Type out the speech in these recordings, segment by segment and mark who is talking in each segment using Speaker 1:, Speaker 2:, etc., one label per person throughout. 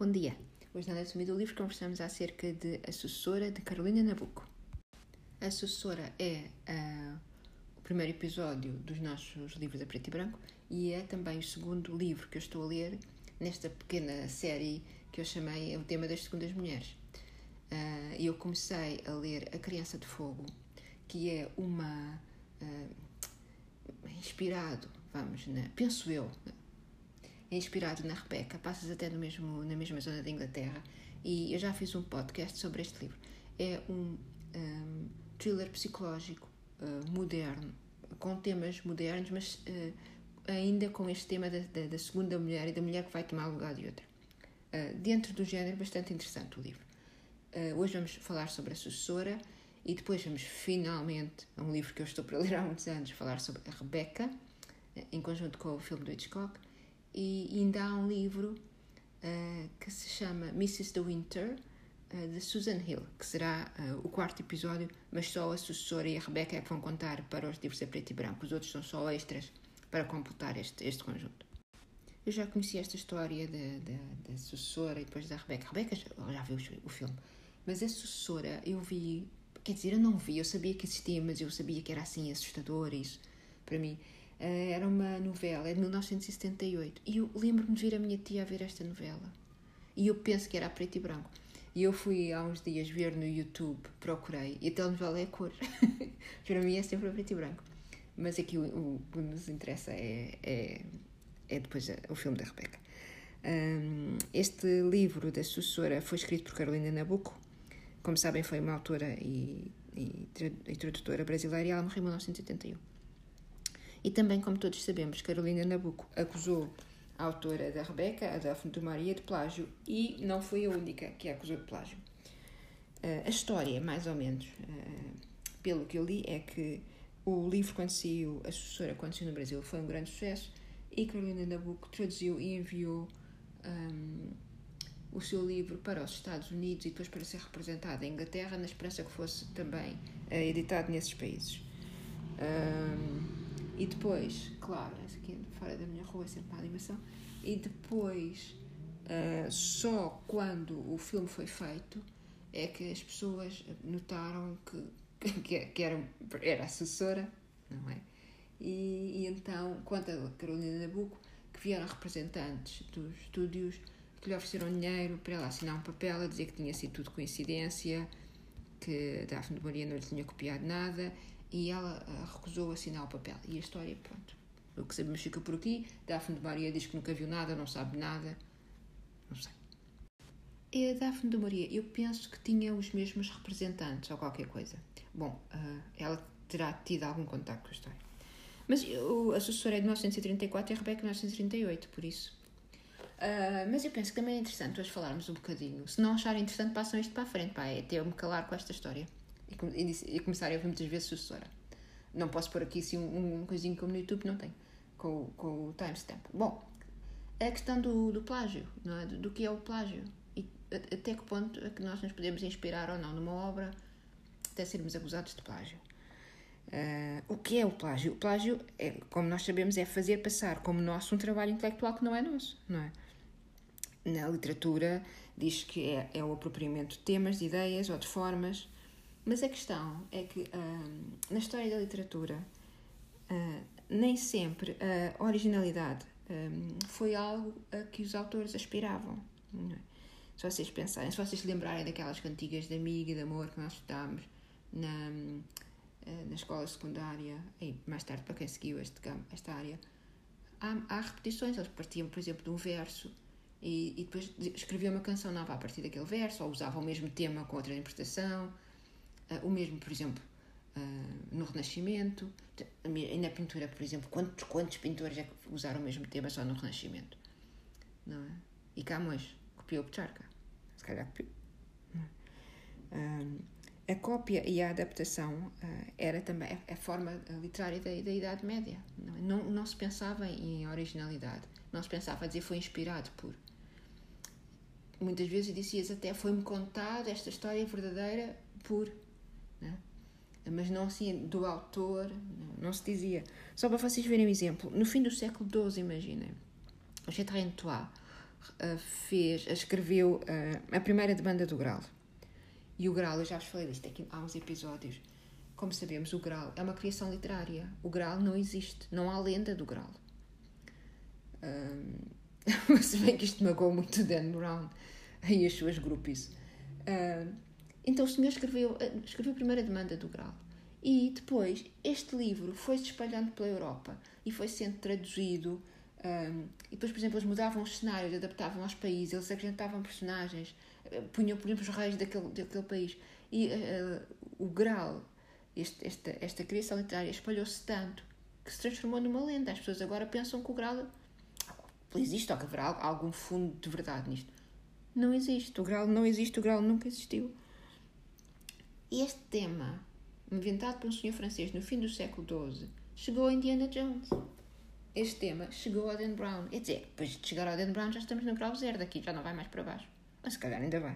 Speaker 1: Bom dia! Hoje na Anatomia do Livro conversamos acerca de A Sucessora, de Carolina Nabuco. A Sucessora é o primeiro episódio dos nossos livros a preto e branco e é também o segundo livro que eu estou a ler nesta pequena série que eu chamei O Tema das Segundas Mulheres. Eu comecei a ler A Criança de Fogo, que é inspirado, penso eu, é inspirado na Rebecca, passas até na mesma zona da Inglaterra, e eu já fiz um podcast sobre este livro. É um thriller psicológico moderno, com temas modernos, mas ainda com este tema da segunda mulher e da mulher que vai tomar o lugar de outra. Dentro do género, bastante interessante o livro. Hoje vamos falar sobre A Sucessora e depois vamos finalmente, a um livro que eu estou para ler há muitos anos, falar sobre a Rebecca, em conjunto com o filme do Hitchcock. E ainda há um livro que se chama Mrs. de Winter, de Susan Hill, que será o quarto episódio, mas só a Sucessora e a Rebecca é que vão contar para os livros a preto e branco. Os outros são só extras para completar este conjunto. Eu já conheci esta história da Sucessora e depois da Rebecca. A Rebecca já vi o filme, mas a Sucessora eu vi, eu não vi, eu sabia que existia, mas eu sabia que era assim assustador, isso para mim. Era uma novela, é de 1978, e eu lembro-me de vir a minha tia a ver esta novela, e eu penso que era a preto e branco, e eu fui há uns dias ver no YouTube, procurei, e a telenovela é a cor, para mim é sempre a preto e branco, mas aqui o que nos interessa é depois o filme da Rebecca. Este livro da Sucessora foi escrito por Carolina Nabuco, como sabem foi uma autora e tradutora brasileira, e ela morreu em 1981. E também, como todos sabemos, Carolina Nabuco acusou a autora da Rebecca, a Daphne du Maurier, de plágio, e não foi a única que a acusou de plágio. A história, mais ou menos, pelo que eu li, é que o livro, A Sucessora, quando saiu no Brasil, foi um grande sucesso, e Carolina Nabuco traduziu e enviou o seu livro para os Estados Unidos e depois para ser representado em Inglaterra, na esperança que fosse também editado nesses países. E depois, claro, aqui fora da minha rua é sempre uma animação, e depois, só quando o filme foi feito, é que as pessoas notaram que era a Sucessora, não é? E então, conta a Carolina Nabuco que vieram representantes dos estúdios que lhe ofereceram dinheiro para ela assinar um papel a dizer que tinha sido tudo coincidência, que Daphne du Maurier não lhe tinha copiado nada, e ela recusou assinar o papel. E a história, pronto, o que sabemos fica por aqui. Daphne du Maurier diz que nunca viu nada, não sabe nada, não sei. E a Daphne du Maurier, eu penso que tinha os mesmos representantes ou qualquer coisa. Bom, ela terá tido algum contacto com a história. Mas a Sucessora é de 1934 e a Rebecca de 1938, por isso. Mas eu penso que também é interessante hoje falarmos um bocadinho. Se não acharem interessante, passam isto para a frente, é até eu me calar com esta história e começar a ouvir muitas vezes Sucessora. Não posso pôr aqui assim um coisinho como no YouTube, não tem, com o timestamp. Bom, a questão do plágio, não é? Do que é o plágio e até que ponto é que nós nos podemos inspirar ou não numa obra até sermos acusados de plágio. O que é o plágio? O plágio, como nós sabemos, é fazer passar como nosso um trabalho intelectual que não é nosso, não é? Na literatura diz que é o apropriamento de temas, de ideias ou de formas, mas a questão é que na história da literatura nem sempre a originalidade foi algo a que os autores aspiravam, não é? Se vocês pensarem, se vocês se lembrarem daquelas cantigas de amigo e de amor que nós estudámos na escola secundária, e mais tarde para quem seguiu esta área, há repetições. Eles partiam, por exemplo, de um verso e depois escreviam uma canção nova a partir daquele verso, ou usavam o mesmo tema com outra interpretação. O mesmo, por exemplo, no Renascimento e na pintura, por exemplo, quantos pintores é que usaram o mesmo tema só no Renascimento, não é? E Camões copiou Petrarca, se calhar copiou, não é? A cópia e a adaptação era também a forma literária da Idade Média, não é? Não se pensava em originalidade, não se pensava a dizer foi inspirado por. Muitas vezes dizias até foi-me contado esta história verdadeira por, né? Mas não assim do autor, não se dizia. Só para vocês verem um exemplo, no fim do século XII, imaginem, o Chateaubriand escreveu a primeira demanda do Graal. E o Graal, eu já vos falei disto aqui há uns episódios. Como sabemos, o Graal é uma criação literária. O Graal não existe. Não há lenda do Graal. Se bem que isto magoou muito o Dan Brown e as suas groupies. Então o senhor escreveu a primeira demanda do Graal. E depois este livro foi-se espalhando pela Europa e foi sendo traduzido. E depois, por exemplo, eles mudavam os cenários, adaptavam aos países, eles acrescentavam personagens, punham, por exemplo, os reis daquele país. E o Graal, esta criação literária, espalhou-se tanto que se transformou numa lenda. As pessoas agora pensam que o Graal existe ou que haverá algum fundo de verdade nisto. Não existe. O Graal não existe, o Graal nunca existiu. E este tema, inventado por um senhor francês no fim do século XII, chegou a Indiana Jones. Este tema chegou a Dan Brown. Quer dizer, depois de chegar ao Dan Brown já estamos no grau zero, daqui já não vai mais para baixo. Mas se calhar ainda vai.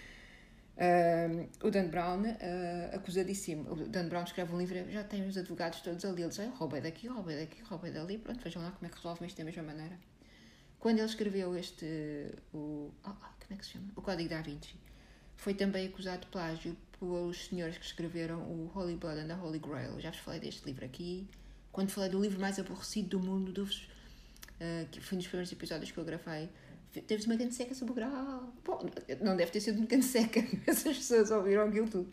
Speaker 1: O Dan Brown, acusadíssimo. O Dan Brown escreve um livro, já tem os advogados todos ali. Ele diz, roubei daqui, roubei dali. Pronto, vejam lá como é que resolvem isto da mesma maneira. Quando ele escreveu como é que se chama? O Código da Vinci, foi também acusado de plágio pelos senhores que escreveram o Holy Blood and the Holy Grail. Já vos falei deste livro aqui. Quando falei do livro mais aborrecido do mundo, que foi um dos primeiros episódios que eu gravei, teve-se uma grande seca sobre o Graal. Bom, não deve ter sido uma grande seca, essas pessoas ouviram aquilo tudo.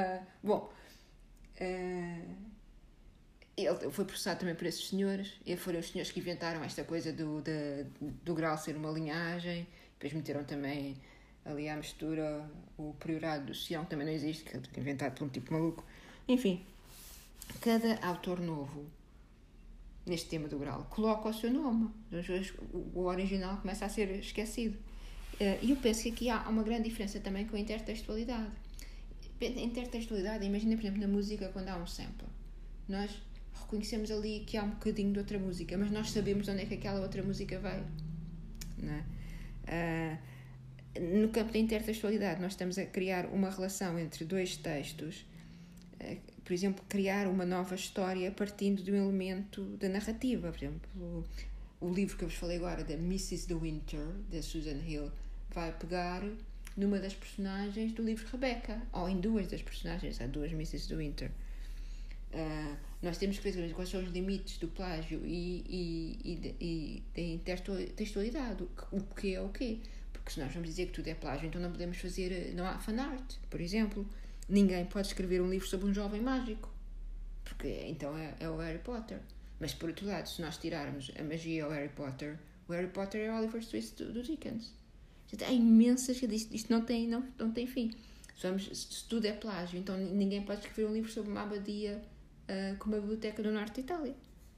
Speaker 1: Ele foi processado também por esses senhores, e foram os senhores que inventaram esta coisa do Graal ser uma linhagem, depois meteram também ali à mistura o priorado do Sião, que também não existe, que é inventado por um tipo maluco. Enfim, cada autor novo neste tema do Graal coloca o seu nome. O original começa a ser esquecido. E eu penso que aqui há uma grande diferença também com a intertextualidade. Intertextualidade, imagina, por exemplo, na música, quando há um sample. Nós reconhecemos ali que há um bocadinho de outra música, mas nós sabemos de onde é que aquela outra música veio. Não é? No campo da intertextualidade, nós estamos a criar uma relação entre dois textos, por exemplo, criar uma nova história partindo de um elemento da narrativa. Por exemplo, o livro que eu vos falei agora, da Mrs. de Winter, da Susan Hill, vai pegar numa das personagens do livro Rebecca, ou em duas das personagens, há duas Mrs. de Winter. Nós temos que ver quais são os limites do plágio e da intertextualidade, o que é o quê. Porque se nós vamos dizer que tudo é plágio, então não podemos fazer, não há fanart, por exemplo. Ninguém pode escrever um livro sobre um jovem mágico, porque então é o Harry Potter. Mas por outro lado, se nós tirarmos a magia ao Harry Potter, o Harry Potter é o Oliver Twist do Dickens. Há imensas, isto não tem fim. Se tudo é plágio, então ninguém pode escrever um livro sobre uma abadia como a biblioteca do norte de Itália.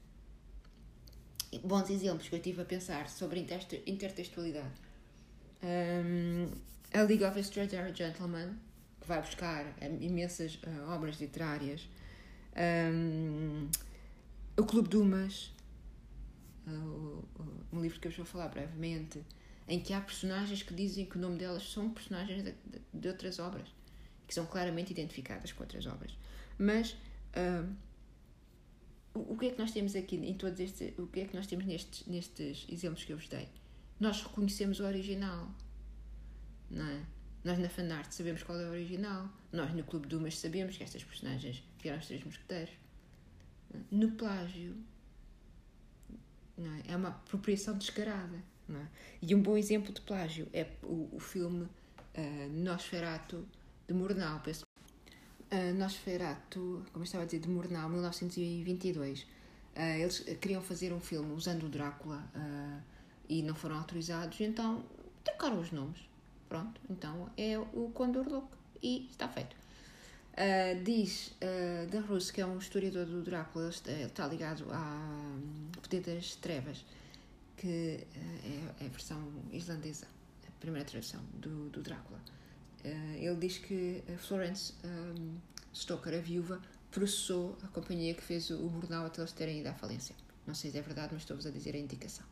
Speaker 1: Bons exemplos que eu estive a pensar sobre intertextualidade. A League of Extraordinary Gentlemen, que vai buscar imensas obras literárias. O Clube de Umas, um livro que eu vou falar brevemente, em que há personagens que dizem que o nome delas são personagens de outras obras, que são claramente identificadas com outras obras. Mas o que é que nós temos aqui em todos estes, o que é que nós temos nestes exemplos que eu vos dei? Nós reconhecemos o original, não é? Nós na fanart sabemos qual é o original. Nós no Clube de Umas sabemos que estas personagens vieram os Três Mosqueteiros. No plágio, não é? É uma apropriação descarada, não é? E um bom exemplo de plágio é o filme Nosferatu de Murnau. Nosferatu, como eu estava a dizer, de Murnau, 1922. Eles queriam fazer um filme usando o Drácula e não foram autorizados, então trocaram os nomes. Pronto, então é o Condor Louco e está feito. Diz Dan Roos, que é um historiador do Drácula, ele está ligado à Poder das Trevas, que é a versão islandesa, a primeira tradução do Drácula. Ele diz que a Florence Stoker, a viúva, processou a companhia que fez o Murnau até eles terem ido à falência. Não sei se é verdade, mas estou-vos a dizer a indicação.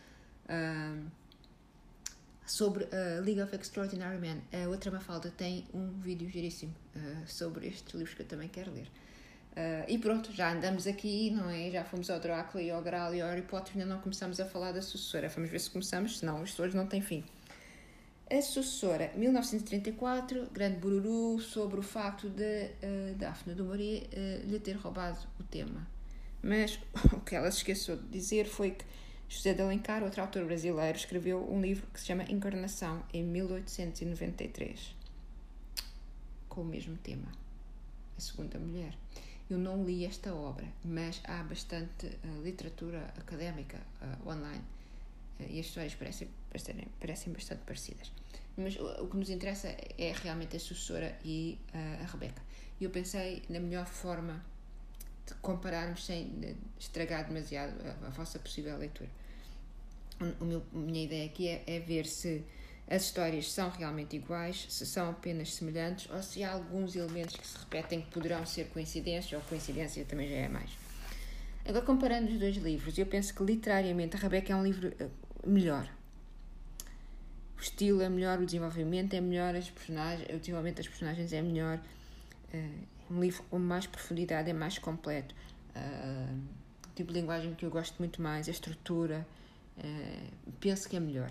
Speaker 1: Sobre a League of Extraordinary Men, a outra Mafalda tem um vídeo giríssimo sobre estes livros que eu também quero ler. E pronto, já andamos aqui, não é? Já fomos ao Drácula e ao Graal e ao Harry Potter, ainda não começamos a falar da sucessora. Vamos ver se começamos, senão isto hoje não tem fim. A sucessora, 1934, grande bururu sobre o facto de Daphne du Maurier lhe ter roubado o tema. Mas o que ela se esqueceu de dizer foi que José de Alencar, outro autor brasileiro, escreveu um livro que se chama Encarnação, em 1893, com o mesmo tema, a segunda mulher. Eu não li esta obra, mas há bastante literatura académica online e as histórias parecem bastante parecidas. Mas o que nos interessa é realmente a sucessora e a Rebeca. E eu pensei na melhor forma de compararmos sem estragar demasiado a vossa possível leitura. A minha ideia aqui é ver se as histórias são realmente iguais, se são apenas semelhantes ou se há alguns elementos que se repetem que poderão ser coincidência, ou coincidência também já é mais. Agora, comparando os dois livros, eu penso que literariamente a Rebeca é um livro melhor. O estilo é melhor, o desenvolvimento é melhor, o desenvolvimento das personagens é melhor, um livro com mais profundidade, é mais completo, o tipo de linguagem que eu gosto muito mais, a estrutura, penso que é melhor.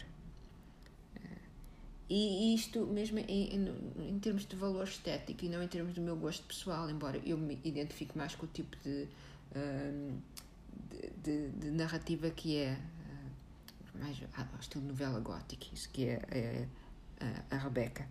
Speaker 1: E isto mesmo em termos de valor estético e não em termos do meu gosto pessoal, embora eu me identifique mais com o tipo de narrativa que é mais ao estilo novela gótica, isso que é a Rebeca.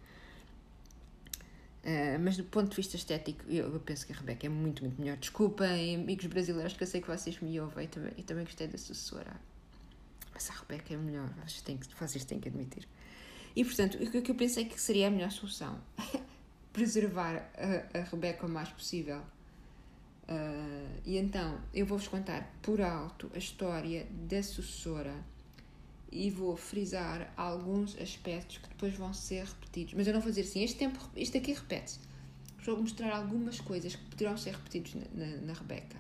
Speaker 1: Mas do ponto de vista estético, eu penso que a Rebeca é muito, muito melhor. Desculpem, amigos brasileiros, que eu sei que vocês me ouvem e também gostei da sucessora. Mas a Rebeca é melhor, vocês têm que admitir. E, portanto, o que eu pensei que seria a melhor solução? Preservar a Rebeca o mais possível. E então, eu vou-vos contar por alto a história da sucessora e vou frisar alguns aspectos que depois vão ser repetidos. Mas eu não vou dizer assim, isto aqui repete-se. Vou mostrar algumas coisas que poderão ser repetidas na Rebeca.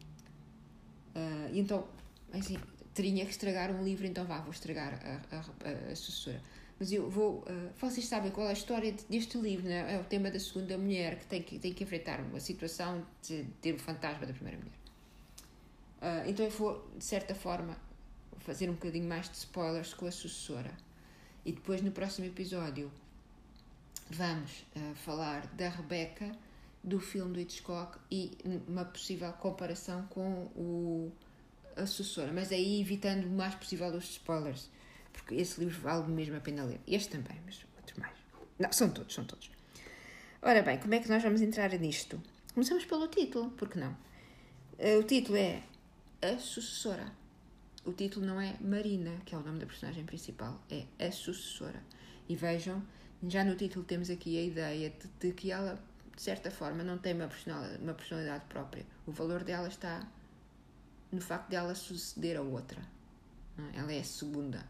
Speaker 1: E então, assim, teria que estragar um livro, então vou estragar a sucessora. Mas eu vou... vocês sabem qual é a história deste livro, não é? É o tema da segunda mulher que tem que enfrentar uma situação de ter o fantasma da primeira mulher. Então eu vou, de certa forma, fazer um bocadinho mais de spoilers com a sucessora. E depois, no próximo episódio, vamos falar da Rebeca, do filme do Hitchcock e uma possível comparação com a sucessora. Mas aí evitando o mais possível os spoilers, porque esse livro vale mesmo a pena ler. Este também, mas outros mais. Não, são todos. Ora bem, como é que nós vamos entrar nisto? Começamos pelo título, porque não? O título é A Sucessora. O título não é Marina, que é o nome da personagem principal, é A Sucessora. E vejam, já no título temos aqui a ideia de que ela, de certa forma, não tem uma personalidade própria. O valor dela está no facto de ela suceder a outra. Ela é a segunda.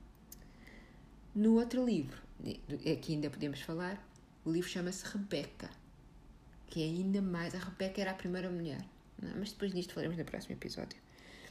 Speaker 1: No outro livro, aqui ainda podemos falar, o livro chama-se Rebeca, que é ainda mais... A Rebeca era a primeira mulher, mas depois disto falaremos no próximo episódio.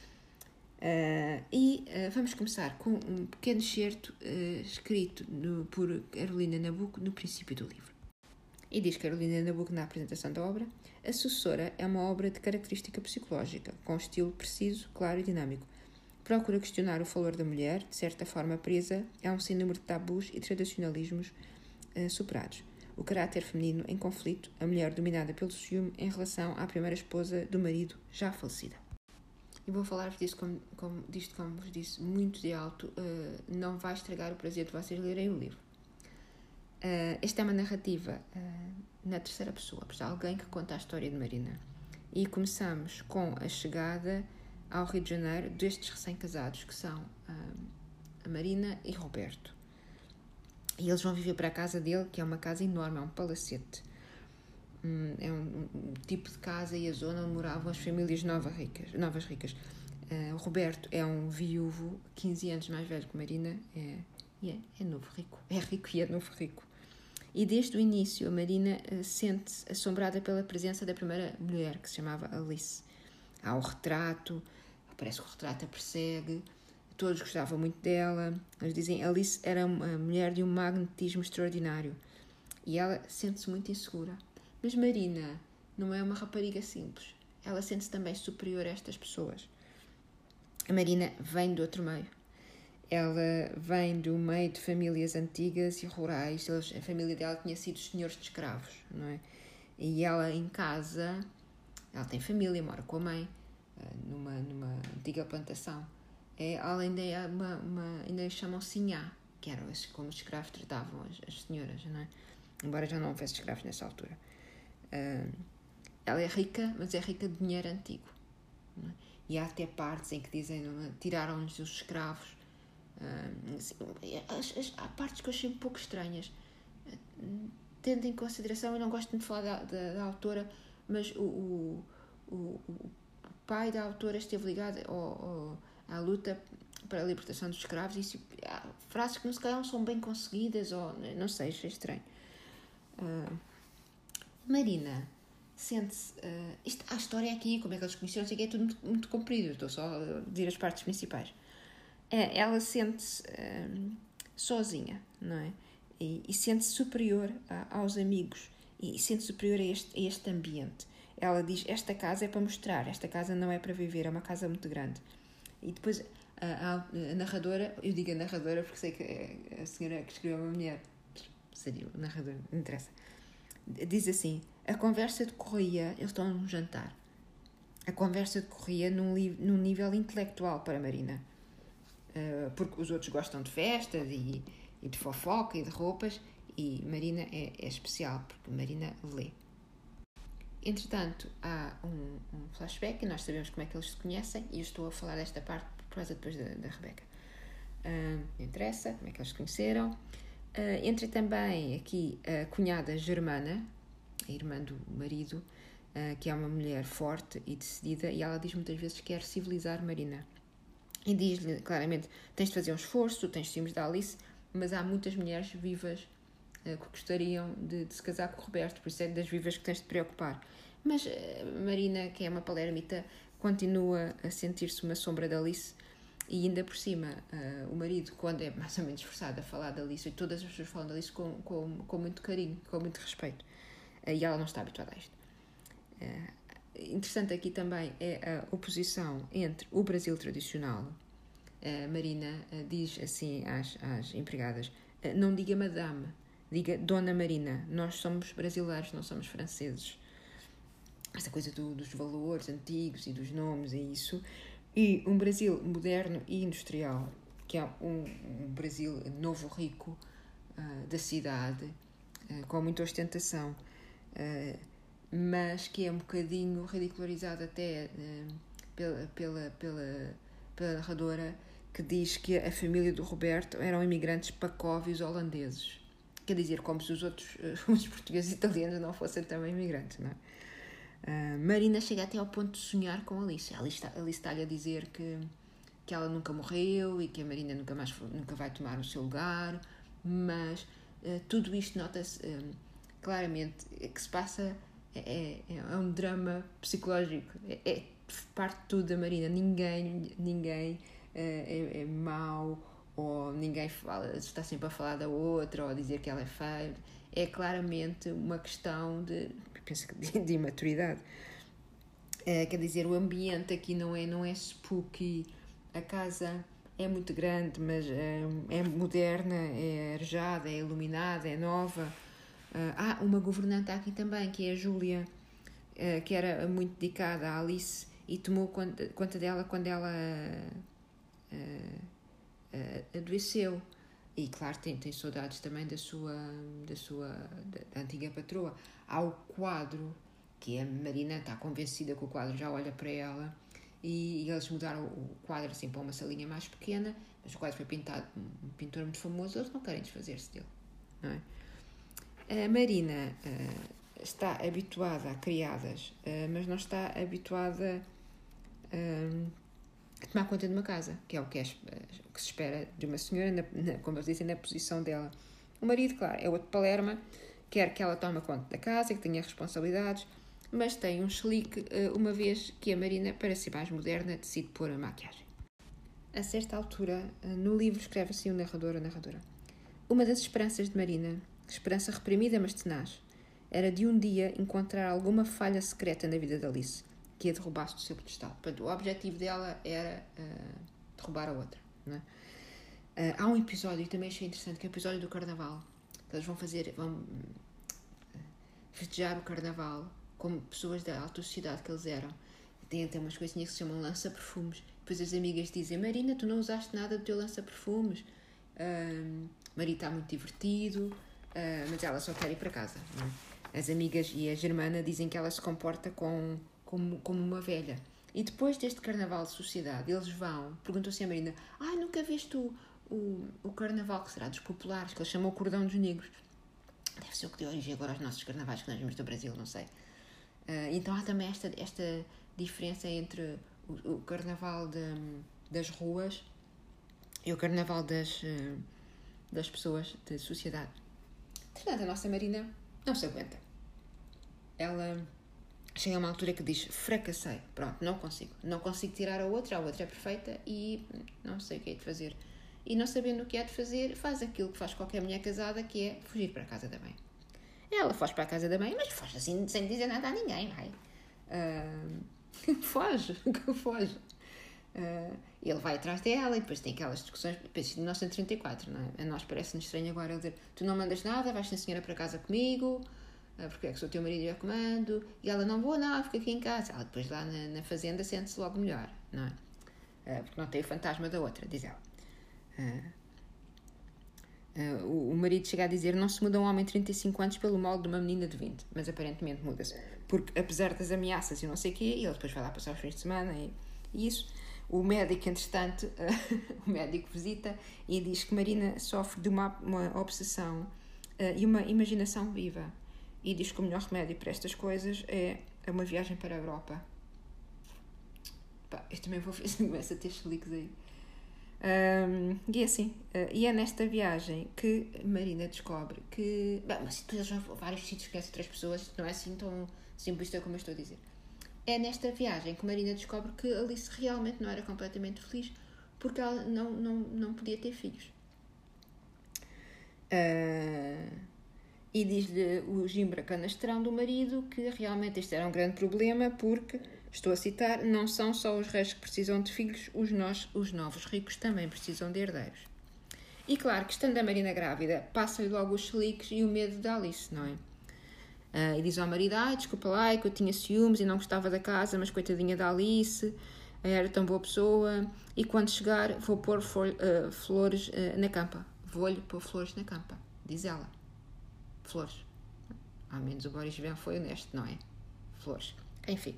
Speaker 1: Vamos começar com um pequeno excerto escrito por Carolina Nabuco no princípio do livro. E diz Carolina Nabuco na apresentação da obra: A Sucessora é uma obra de característica psicológica, com estilo preciso, claro e dinâmico. Procura questionar o valor da mulher, de certa forma presa a um sinnúmero de tabus e tradicionalismos superados. O caráter feminino em conflito, a mulher dominada pelo ciúme em relação à primeira esposa do marido já falecida. E vou falar-vos disto, como vos disse, muito de alto, não vai estragar o prazer de vocês lerem o livro. Esta é uma narrativa na terceira pessoa, portanto, alguém que conta a história de Marina. E começamos com a chegada ao Rio de Janeiro destes recém-casados, que são a Marina e Roberto. E eles vão viver para a casa dele, que é uma casa enorme, é um palacete. É um tipo de casa e a zona onde moravam as famílias novas ricas. O Roberto é um viúvo, 15 anos mais velho que Marina, é novo rico. É rico e é novo rico. E desde o início a Marina sente-se assombrada pela presença da primeira mulher, que se chamava Alice. Há o retrato, parece que o retrato a persegue, todos gostavam muito dela. Eles dizem que Alice era uma mulher de um magnetismo extraordinário e ela sente-se muito insegura. Mas Marina não é uma rapariga simples. Ela sente-se também superior a estas pessoas. A Marina vem do outro meio. Ela vem do meio de famílias antigas e rurais. A família dela tinha sido senhores de escravos, não é? E ela em casa, ela tem família, mora com a mãe, numa antiga plantação. Além de ainda chamam sinhá, que eram como os escravos tratavam as senhoras, não é? Embora já não houvesse escravos nessa altura. Ela é rica, mas é rica de dinheiro antigo. Não é? E há até partes em que dizem, tiraram-nos os escravos. Há partes que eu achei um pouco estranhas. Tendo em consideração, eu não gosto muito de falar da autora, mas o pai da autora esteve ligado à luta para a libertação dos escravos, e há frases que não se calhar não são bem conseguidas, ou não sei, achei estranho. Marina sente-se... a história aqui, como é que eles conheceram, é tudo muito, muito comprido, estou só a dizer as partes principais. Ela sente-se sozinha, não é? E sente-se superior aos amigos, e sente-se superior a este ambiente. Ela diz, esta casa é para mostrar, esta casa não é para viver, é uma casa muito grande. E depois a narradora, eu digo a narradora porque sei que é a senhora que escreveu uma mulher, seria o narrador, não interessa. Diz assim, a conversa decorria, eles estão num jantar, a conversa decorria num nível intelectual para Marina, porque os outros gostam de festas e de fofoca e de roupas, e Marina é especial, porque Marina lê. Entretanto, há um flashback, e nós sabemos como é que eles se conhecem, e eu estou a falar desta parte por causa depois da Rebeca. Não interessa como é que eles se conheceram. Entra também aqui a cunhada Germana, a irmã do marido, que é uma mulher forte e decidida, e ela diz muitas vezes que quer civilizar Marina. E diz-lhe claramente, tens de fazer um esforço, tu tens ciúmes da Alice, mas há muitas mulheres vivas que gostariam de se casar com o Roberto, por isso é das vivas que tens de te preocupar. Mas Marina, que é uma palermita, continua a sentir-se uma sombra da Alice, e ainda por cima o marido, quando é mais ou menos esforçado a falar da Alice, e todas as pessoas falam da Alice com muito carinho, com muito respeito, e ela não está habituada a isto. Interessante aqui também é a oposição entre o Brasil tradicional. Marina diz assim às empregadas, não diga madame, diga Dona Marina, nós somos brasileiros, não somos franceses. Essa coisa dos valores antigos e dos nomes e isso. E um Brasil moderno e industrial, que é um Brasil novo, rico, da cidade, com muita ostentação, mas que é um bocadinho ridicularizado até pela narradora, que diz que a família do Roberto eram imigrantes pacóvios holandeses. Quer dizer, como se os portugueses e italianos não fossem também imigrantes, não é? Marina chega até ao ponto de sonhar com Alice. Alice está-lhe a dizer que ela nunca morreu e que a Marina nunca vai tomar o seu lugar, mas tudo isto nota-se claramente que se passa, é um drama psicológico, é parte de tudo da Marina. Ninguém é mau, ou ninguém está sempre a falar da outra, ou a dizer que ela é feia. É claramente uma questão de imaturidade. Quer dizer, o ambiente aqui não é spooky, a casa é muito grande, mas é moderna, é arejada, é iluminada, é nova. Há uma governanta aqui também, que é a Júlia, que era muito dedicada à Alice e tomou conta dela quando ela adoeceu. E claro, tem saudades também da antiga patroa. Há o quadro, que a Marina está convencida que o quadro já olha para ela, e eles mudaram o quadro assim para uma salinha mais pequena, mas o quadro foi pintado por um pintor muito famoso, eles não querem desfazer-se dele, não é? A Marina está habituada a criadas, mas não está habituada a tomar conta de uma casa, que é o que se espera de uma senhora, como eles dizem, na posição dela. O marido, claro, é outro palerma, quer que ela tome conta da casa, que tenha responsabilidades, mas tem um chelique, uma vez que a Marina, para ser mais moderna, decide pôr a maquiagem. A certa altura, no livro, escreve assim o narrador ou narradora: uma das esperanças de Marina, esperança reprimida mas tenaz, era de um dia encontrar alguma falha secreta na vida de Alice, que a derrubasse do seu pedestal. Portanto, o objetivo dela era derrubar a outra. Não é? Há um episódio que também achei interessante, que é o episódio do Carnaval. Eles vão festejar o Carnaval como pessoas da alta sociedade que eles eram. Tem até umas coisinhas que se chamam lança-perfumes. Depois as amigas dizem: Marina, tu não usaste nada do teu lança-perfumes. Maria está muito divertido, mas ela só quer ir para casa. Não é? As amigas e a Germana dizem que ela se comporta como uma velha. E depois deste carnaval de sociedade, eles perguntam assim a Marina: nunca viste o carnaval que será dos populares, que eles chamam o Cordão dos Negros. Deve ser o que deu origem agora aos nossos carnavais que nós vimos do Brasil, não sei. Então há também esta diferença entre o carnaval das ruas e o carnaval das pessoas de sociedade. Portanto, a nossa Marina não se aguenta. Ela chega a uma altura que diz: fracassei, pronto, não consigo tirar a outra é perfeita e não sei o que é de fazer. E não sabendo o que é de fazer, faz aquilo que faz qualquer mulher casada, que é fugir para a casa da mãe. Ela foge para a casa da mãe, mas foge assim, sem dizer nada a ninguém, vai. Foge. Ele vai atrás dela e depois tem aquelas discussões, depois de 1934, não é? A nós parece-nos estranho agora ele dizer: tu não mandas nada, vais sem senhora para casa comigo, porque é que sou teu marido e eu comando, e ela: não vou, não, fica aqui em casa. Ela depois lá na fazenda sente-se logo melhor, não é? Porque não tem o fantasma da outra, diz ela. O marido chega a dizer: não se muda um homem de 35 anos pelo molde de uma menina de 20, mas aparentemente muda-se, porque apesar das ameaças e não sei o quê, ele depois vai lá passar os fins de semana e isso. O médico, entretanto, o médico visita e diz que Marina sofre de uma obsessão e uma imaginação viva, e diz que o melhor remédio para estas coisas é uma viagem para a Europa. Eu também vou fazer, começo a ter cheliques aí. E assim, e é nesta viagem que Marina descobre que, mas depois eles vão a vários sítios com essas três pessoas, não é assim tão simplista como eu estou a dizer. É nesta viagem que Marina descobre que Alice realmente não era completamente feliz, porque ela não podia ter filhos. E diz-lhe o Gimbra canastrão do marido que realmente este era um grande problema, porque, estou a citar, não são só os reis que precisam de filhos, os novos ricos também precisam de herdeiros. E claro que, estando a Marina grávida, passa-lhe logo os cheliques e o medo da Alice, não é? E diz ao marido: desculpa lá, é que eu tinha ciúmes e não gostava da casa, mas coitadinha da Alice, era tão boa pessoa, e quando chegar vou pôr flores na campa. Vou-lhe pôr flores na campa, diz ela. Flores. Ao menos o Boris Vian foi honesto, não é? Flores. Enfim.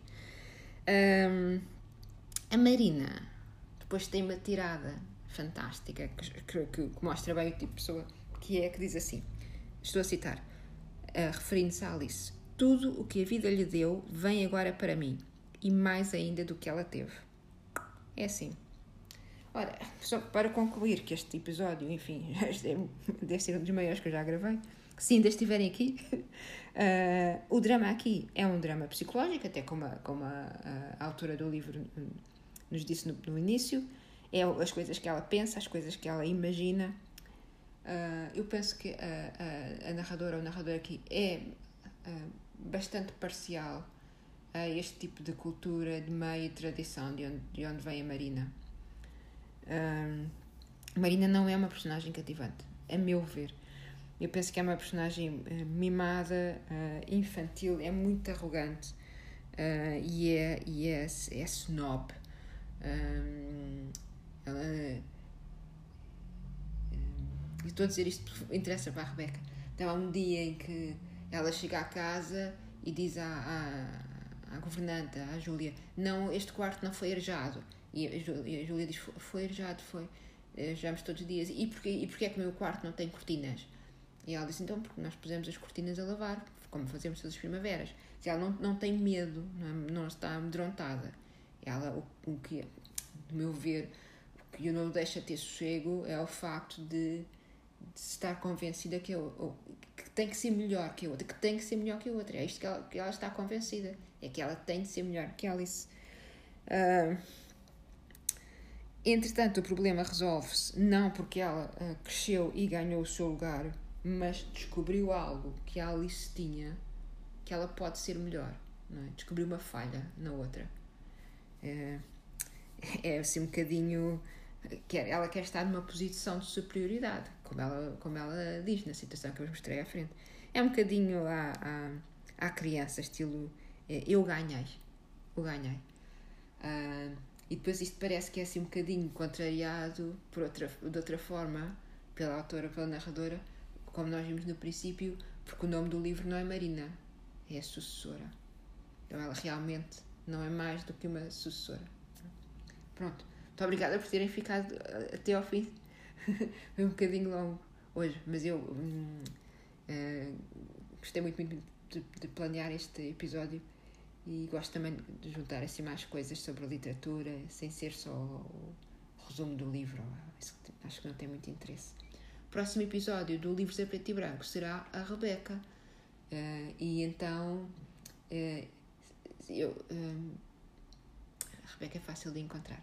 Speaker 1: A Marina depois tem uma tirada fantástica que mostra bem o tipo de pessoa que diz assim, estou a citar, referindo-se a Alice: tudo o que a vida lhe deu vem agora para mim, e mais ainda do que ela teve. É assim. Ora, só para concluir que este episódio, enfim, deve ser um dos maiores que eu já gravei, se ainda estiverem aqui, o drama aqui é um drama psicológico, até como a autora do livro nos disse no início, é as coisas que ela pensa, as coisas que ela imagina. Eu penso que a narradora ou o narrador aqui é bastante parcial a este tipo de cultura, de meio e tradição de onde vem a Marina. Marina não é uma personagem cativante, a meu ver. Eu penso que é uma personagem mimada, infantil, é muito arrogante e é snob. Estou a dizer isto porque interessa para a Rebeca. Então há um dia em que ela chega à casa e diz à governanta, à Júlia: não, este quarto não foi arejado. E a Júlia diz: foi arejado, foi. Arejamos todos os dias. E porquê é que o meu quarto não tem cortinas? E ela disse: então, porque nós pusemos as cortinas a lavar, como fazemos todas as primaveras. Se ela não tem medo, não está amedrontada. Ela, o que, do meu ver, o que não deixa ter sossego é o facto de estar convencida que tem que ser melhor que a outra, É isto que ela está convencida. É que ela tem de ser melhor que a Alice. Entretanto, o problema resolve-se não porque ela cresceu e ganhou o seu lugar, mas descobriu algo que a Alice tinha que ela pode ser melhor, não é? Descobrir uma falha na outra. É assim um bocadinho... Ela quer estar numa posição de superioridade, como ela diz na situação que eu vos mostrei à frente. É um bocadinho à criança, estilo eu ganhei. E depois isto parece que é assim um bocadinho contrariado de outra forma pela autora, pela narradora, como nós vimos no princípio, porque o nome do livro não é Marina, é a sucessora. Então ela realmente não é mais do que uma sucessora. Pronto, muito obrigada por terem ficado até ao fim. Foi um bocadinho longo hoje, mas eu gostei muito de planear este episódio e gosto também de juntar assim mais coisas sobre a literatura, sem ser só o resumo do livro. Acho que não tem muito interesse. O próximo episódio do Livros a Preto e Branco será a Rebeca. E então a Rebeca é fácil de encontrar.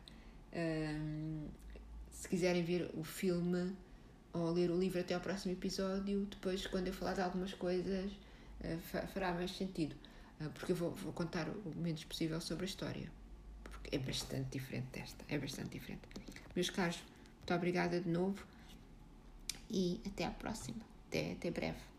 Speaker 1: Se quiserem ver o filme ou ler o livro até ao próximo episódio, depois quando eu falar de algumas coisas fará mais sentido, porque eu vou contar o menos possível sobre a história, porque é bastante diferente desta, Meus caros, muito obrigada de novo e até à próxima, até breve.